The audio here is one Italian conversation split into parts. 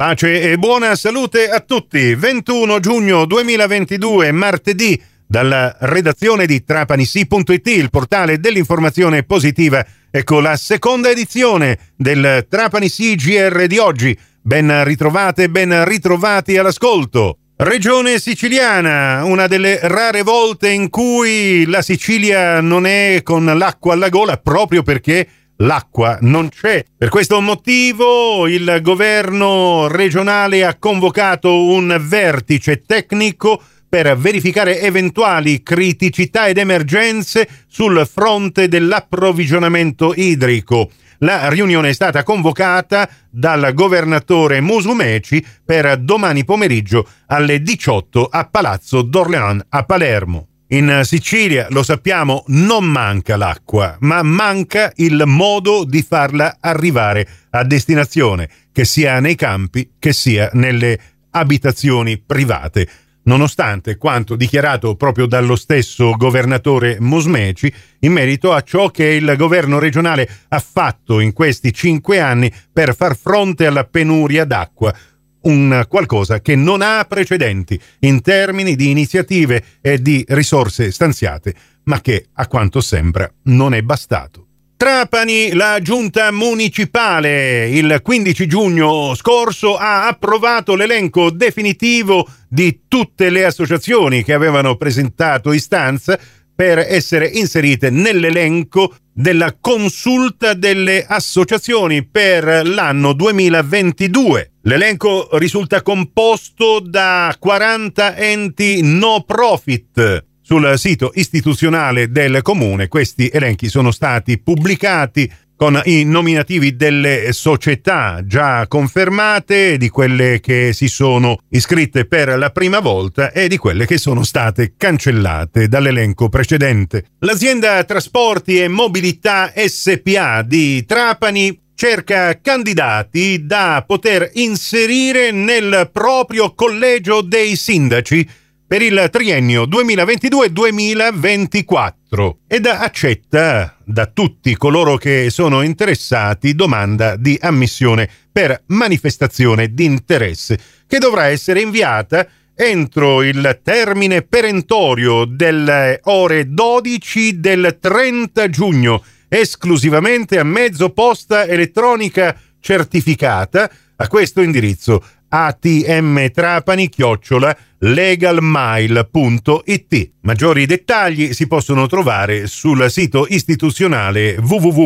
Pace e buona salute a tutti. 21 giugno 2022, martedì, dalla redazione di trapanisi.it, il portale dell'informazione positiva. Ecco la seconda edizione del Trapanisi GR di oggi. Ben ritrovate, ben ritrovati all'ascolto. Regione siciliana, una delle rare volte in cui la Sicilia non è con l'acqua alla gola, proprio perché l'acqua non c'è. Per questo motivo il governo regionale ha convocato un vertice tecnico per verificare eventuali criticità ed emergenze sul fronte dell'approvvigionamento idrico. La riunione è stata convocata dal governatore Musumeci per domani pomeriggio alle 18 a Palazzo d'Orléans a Palermo. In Sicilia, lo sappiamo, non manca l'acqua, ma manca il modo di farla arrivare a destinazione, che sia nei campi, che sia nelle abitazioni private. Nonostante quanto dichiarato proprio dallo stesso governatore Musumeci in merito a ciò che il governo regionale ha fatto in questi 5 anni per far fronte alla penuria d'acqua, un qualcosa che non ha precedenti in termini di iniziative e di risorse stanziate, ma che a quanto sembra non è bastato. Trapani, la giunta municipale il 15 giugno scorso ha approvato l'elenco definitivo di tutte le associazioni che avevano presentato istanza per essere inserite nell'elenco della consulta delle associazioni per l'anno 2022. L'elenco risulta composto da 40 enti no profit. Sul sito istituzionale del comune questi elenchi sono stati pubblicati con i nominativi delle società già confermate, di quelle che si sono iscritte per la prima volta e di quelle che sono state cancellate dall'elenco precedente. L'azienda Trasporti e Mobilità SPA di Trapani cerca candidati da poter inserire nel proprio collegio dei sindaci per il triennio 2022-2024 ed accetta da tutti coloro che sono interessati domanda di ammissione per manifestazione di interesse che dovrà essere inviata entro il termine perentorio delle ore 12 del 30 giugno, esclusivamente a mezzo posta elettronica certificata a questo indirizzo atmtrapani@legalmail.it. Maggiori dettagli si possono trovare sul sito istituzionale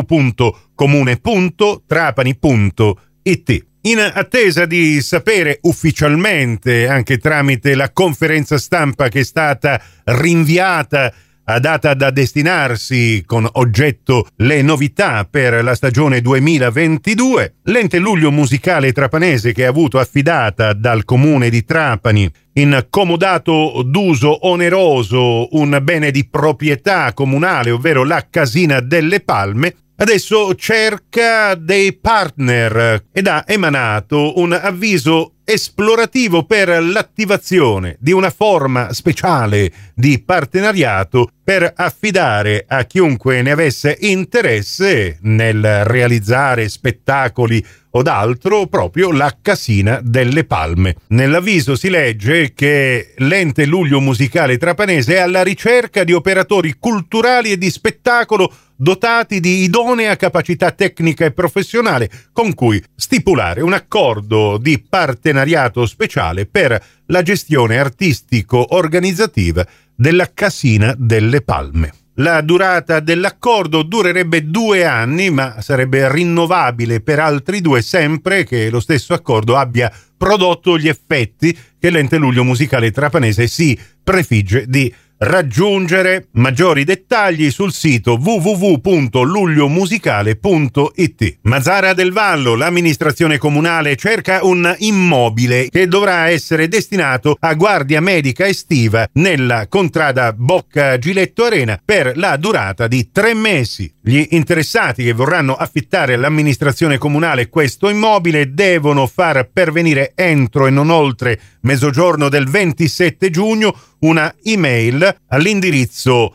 www.comune.trapani.it. In attesa di sapere ufficialmente, anche tramite la conferenza stampa che è stata rinviata a data da destinarsi con oggetto le novità per la stagione 2022, l'ente Luglio Musicale Trapanese, che ha avuto affidata dal comune di Trapani in comodato d'uso oneroso un bene di proprietà comunale, ovvero la Casina delle Palme, adesso cerca dei partner ed ha emanato un avviso esplorativo per l'attivazione di una forma speciale di partenariato per affidare a chiunque ne avesse interesse nel realizzare spettacoli o d'altro proprio la Casina delle Palme. Nell'avviso si legge che l'ente Luglio Musicale Trapanese è alla ricerca di operatori culturali e di spettacolo dotati di idonea capacità tecnica e professionale con cui stipulare un accordo di partenariato speciale per la gestione artistico-organizzativa della Casina delle Palme. La durata dell'accordo durerebbe 2 anni, ma sarebbe rinnovabile per altri 2 sempre che lo stesso accordo abbia prodotto gli effetti che l'ente Luglio Musicale Trapanese si prefigge di raggiungere. Maggiori dettagli sul sito www.lugliomusicale.it. Mazzara del Vallo, l'amministrazione comunale cerca un immobile che dovrà essere destinato a guardia medica estiva nella contrada Bocca Giletto Arena per la durata di 3 mesi. Gli interessati che vorranno affittare all'amministrazione comunale questo immobile devono far pervenire entro e non oltre mezzogiorno del 27 giugno una email all'indirizzo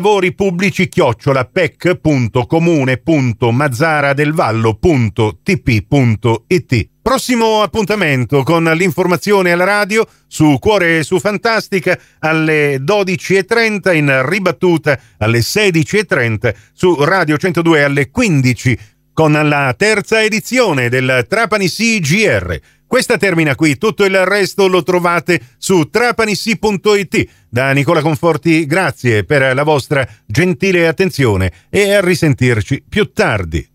lavoripubblici@pec.comune.mazzaradelvallo.tp.it. Prossimo appuntamento con l'informazione alla radio su Cuore su Fantastica alle 12:30, in ribattuta alle 16:30 su Radio 102 alle 15 con la terza edizione del Trapani CGR. Questa termina qui, tutto il resto lo trovate su trapanisi.it. Da Nicola Conforti grazie per la vostra gentile attenzione e a risentirci più tardi.